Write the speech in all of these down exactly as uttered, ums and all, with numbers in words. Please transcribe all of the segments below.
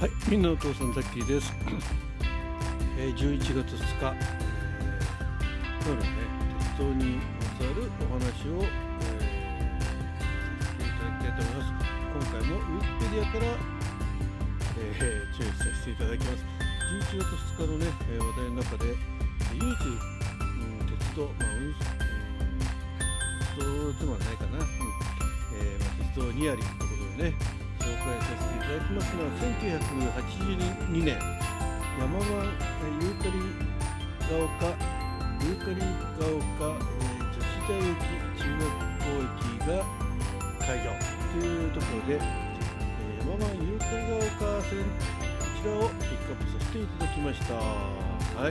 はい、みんなのお父さんザッキーです。えー、じゅういちがつふつか、えー、今日のね、鉄道にまつわるお話を、えー、させていただきたいと思います。今回もウィキペディアから、えー、注意させていただきます。じゅういちがつふつかのね、えー、話題の中で、唯一、うん、鉄道、まあ、うん、鉄道ではないかな、うんえーまあ、鉄道にありということでね、紹介させていただきますのはせんきゅうひゃくはちじゅうにねん山間ユーカリが丘ユーカリが丘、えー、女子大駅中学校駅が開業というところで、えー、山間ユーカリが丘線こちらをピックアップさせていただきました。はい、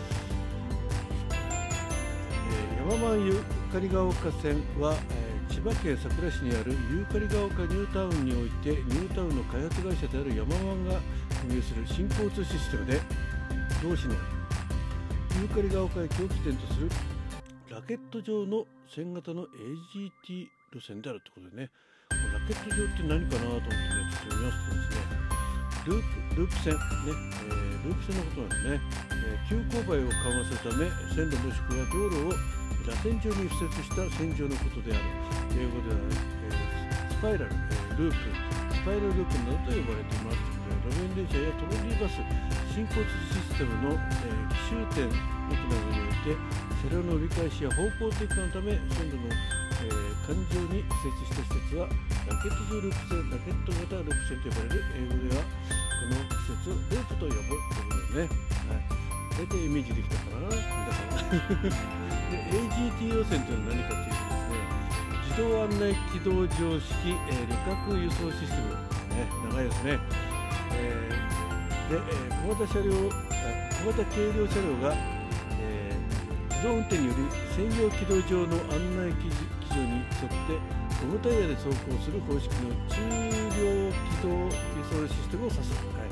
えー、山間ユーカリが丘線は、えー千葉県佐倉市にあるユーカリが丘ニュータウンにおいてニュータウンの開発会社であるヤマワンが運営する新交通システムで、同市のユーカリが丘駅を起点とするラケット状の線型の エージーティー 路線であるということでね、ラケット状って何かなと思ってね、ちょっと読みますとですね、ループ、ループ線、ねえー、ループ線のことなんですね、えー、急勾配を緩和するため線路もしくは道路を螺旋状に敷設した線上のことである。英語では、えー、スパイラル、えー、ループ、スパイラルループなどと呼ばれています。路面電車やトロリーバス、新交通システムの、えー、奇襲点駅などにおいて車両の折り返しや方向転換のため線路の、えー、環状に設置した施設はラケット状ループ線、ラケット型ループ線と呼ばれる。英語ではこの施設をループと呼ぶということでね、はい、大体イメージできたかな皆さんで エージーティー 路線というのは何かというとですね、自動案内機動乗式、えー、旅客輸送システム、ね、長いですね、えー、で、えー、小型車両小型軽量車両が、えー、自動運転により専用軌道上の案内基準に沿ってゴムタイヤで走行する方式の中量軌道輸送システムを指す、はい、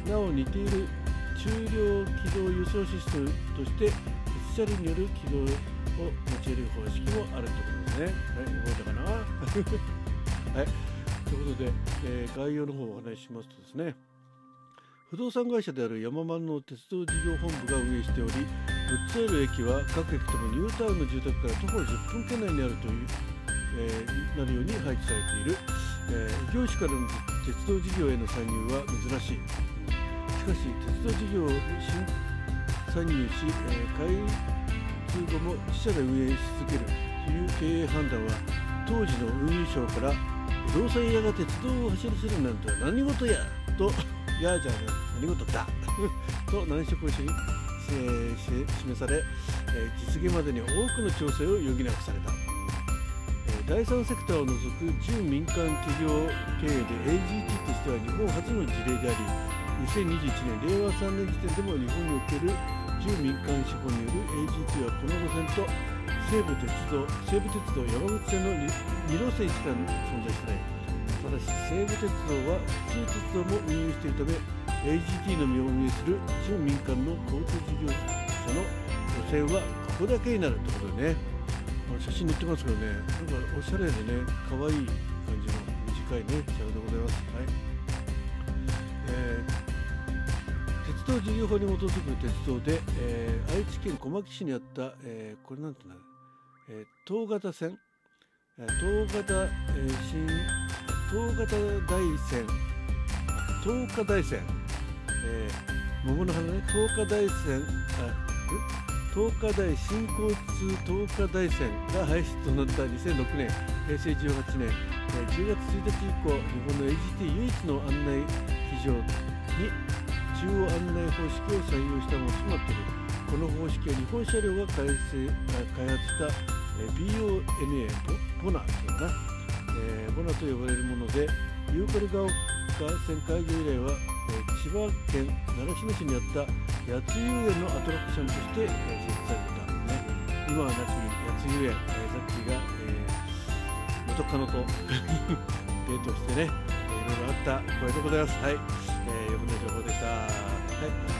なお似ている中量軌道輸送システムとして鉄車輪による軌道を用いる方式もあるということですね。はい、覚えたかなはい、ということで、えー、概要の方をお話ししますとですね、不動産会社であるヤママンの鉄道事業本部が運営しており、むっつある駅は各駅ともニュータウンの住宅から徒歩じゅっぷん圏内にあるという、えー、なるように配置されている。えー、異業種からの鉄道事業への参入は珍しい。しかし鉄道事業を新参入し、えー、開通後も自社で運営し続けるという経営判断は当時の運輸省から不動産屋が鉄道を走らせるなんて何事やといやじゃあ何事だと難色をし、えー、示され、えー、実現までに多くの調整を余儀なくされた。えー、だいさんセクターを除く準民間企業経営で エージーティー としては日本初の事例であり、にせんにじゅういちねんれいわさんねん時点でも日本における準民間資本による エージーティー はこの路線と西武鉄道、西武鉄道山口線の 2, 2路線しか存在しない。ただし西武鉄道は普通鉄道も運営しているため エージーティー のみを運営する準民間の交通事業者の路線はここだけになるということでね、写真載ってますけどね、なんかおしゃれでね、可愛い感じの短いね車両でございます。はい、えー鉄道事業法に基づく鉄道で、えー、愛知県小牧市にあった、えー、これなんていうの、えー、東方線、えー、東方、えー、新東方大線、東華大線、えー、桃の花ね、東華大線、あ東華大新交通東華大線が廃止となったにせんろくねん、へいせいじゅうはちねん、えー、じゅうがつついたち以降、日本の エージーティー 唯一の案内非常に中央案内方式を採用したものとなっている。この方式は日本車両が開発した ビーオーエヌエー ボナというかな、えー、ボナと呼ばれるもので、ユーカリが丘線開業以来は、えー、千葉県習志野市にあった八津遊園のアトラクションとして、えー、設置されていた、ね、今はなき八津遊園、えー、ザッキーが、えー、元カノとデートしてね、えー、いろいろあった声でございます。はい、えー、余分な情報でした。はい、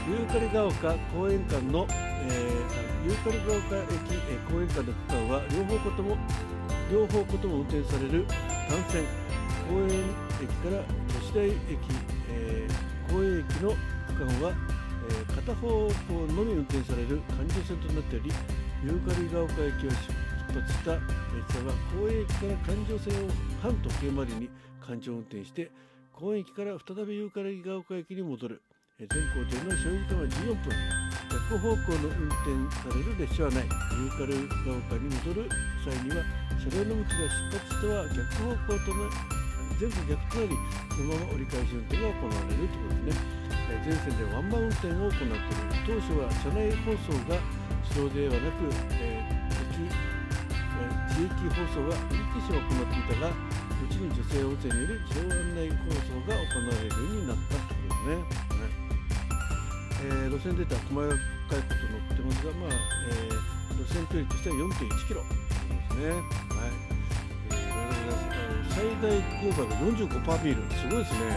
ユーカリが丘公園間の、えー、ユーカリが丘駅、えー、公園間の区間は両方ことも両方ことも運転される単線公園駅から女子大駅、えー、 公営駅の区間は、えー、片方向のみ運転される環状線となっており、ユーカリが丘駅を出発した列車は公営駅から環状線を反時計回りに環状運転して、公園駅から再びユーカリが丘駅に戻る。全行程の所要時間はじゅうよんぷん。逆方向の運転される列車はない。ユーカリが丘に戻る際には、車両の向きが出発とは逆方向とな全部逆となり、そのまま折り返し運転が行われるということですね。全線でワンマン運転を行っている。当初は車内放送が自動ではなく、えー、地域放送は運転士が行っていたが、後に女性大勢による自動案内放送が行われるようになったということですね。はいえー、路線データは細かいこと載ってますが、まあえー、路線距離としては よんてんいちキロですね。はいえー、最大勾配が よんじゅうごパーセント ミール、すごいですね。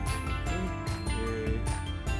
え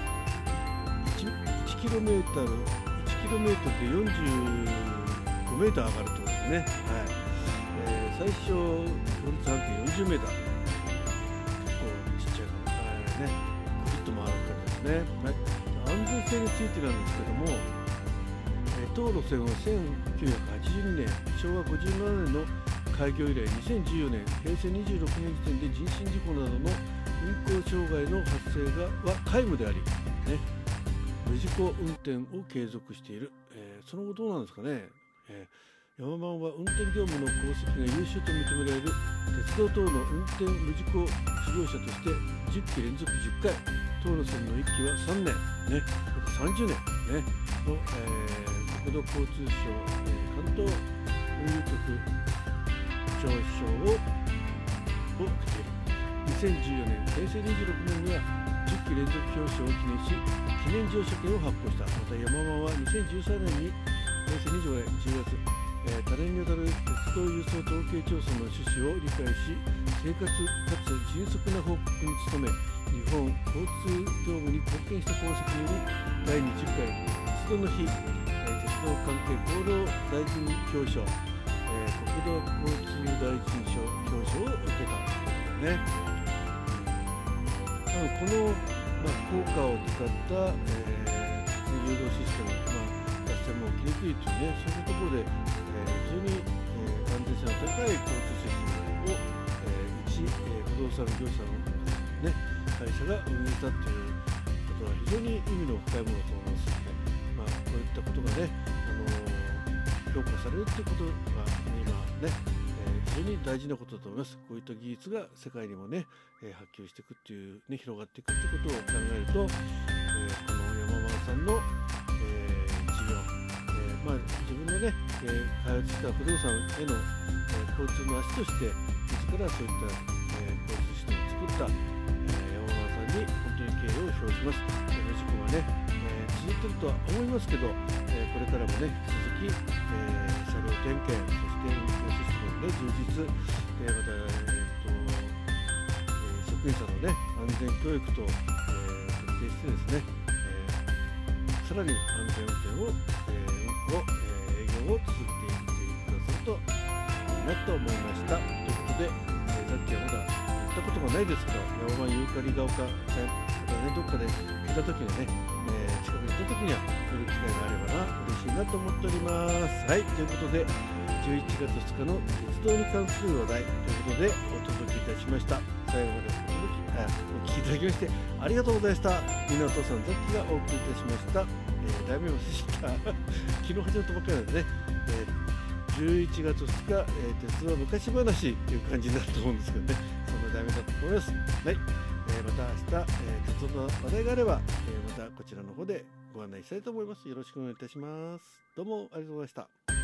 ー、いちキロメートル、いちキロメートルでよんじゅうごメーター上がるということですね。はいえー、最小距離半径よんじゅうメーター、結構ちっちゃいかな、はいね、ぐるっと回る感じですね。はい安全性についてなんですけども、えー、当路線はせんきゅうひゃくはちじゅうにねん、しょうわごじゅうななねんの開業以来、にせんじゅうよねん、へいせいにじゅうろくねん時点で人身事故などの運行障害の発生がは皆無であり、ね、無事故運転を継続している。えー、その後どうなんですかね。えー、ヤママンは運転業務の功績が優秀と認められる鉄道等の運転無事故事業者としてじゅっき連続じゅっかい、当路線のいっきはさんねん、ね、さんじゅうねん、ね、の、えー、国土交通省、えー、関東運輸局長賞をを受けている。にせんじゅうよねん、へいせいにじゅうろくねんにはじゅっき連続表彰を記念し、記念乗車券を発行した。またヤママンはにせんじゅうさんねんにへいせいにじゅうごねんじゅうがつ、えー、多年にわたる鉄道輸送統計調査の趣旨を理解し、正確かつ迅速な報告に努め、日本交通業務に貢献した功績により、だいにじゅっかい鉄道の日、えー、鉄道関係厚労大臣表彰、えー、国土交通大臣賞表彰を受けたということですね。この、まあ、効果を使った、えー、誘導システム、まあ、脱線も起きにくいというね、そういうところで、えー、非常に、えー、安全性の高い交通システムを、えー、一、えー、不動産業者の、ね、会社が運営したということは非常に意味の深いものだと思いますので、まあ、こういったことがね、あのー、評価されるということが今ね、非常に大事なことだと思います。こういった技術が世界にもね、えー、波及していくっていう、ね、広がっていくってことを考えると、えー、このヤママンさんの、えー、事業、えーまあ、自分のね、えー、開発した不動産への、えー、交通の足として自らそういった、えー、交通システムを作った、えー、ヤママンさんに本当に敬意を表します。えー、事故がね、えー、続いているとは思いますけど、えー、これからもね引き続き、えー、車両点検、そして運行システム充実、えー、また、えーとえー、職員さんの、ね、安全教育と、えー、徹底してですね、えー、さらに安全運転を、えー、運行、えー、営業を続けていってくださるといいなと思いました。ということで、えー、さっきはまだ行ったことがないですけど、ヤママンユーカリが丘線、またね、どっかで来た時にはね、えー、近くに行った時には来る機会があればな、嬉しいなと思っております。はい、ということで、じゅういちがつふつかの鉄道に関する話題ということでお届けいたしました。最後までお届きあお聞きいただきましてありがとうございました。みなとさんザッキがお送りいたしました。えー、題名忘れちゃった。昨日始まったばっかりなんでね、えー、じゅういちがつふつか、えー、鉄道昔話という感じになると思うんですけどね、そんな題名だと思います。はい、えー、また明日、えー、鉄道の話題があれば、えー、またこちらの方でご案内したいと思います。よろしくお願いいたします。どうもありがとうございました。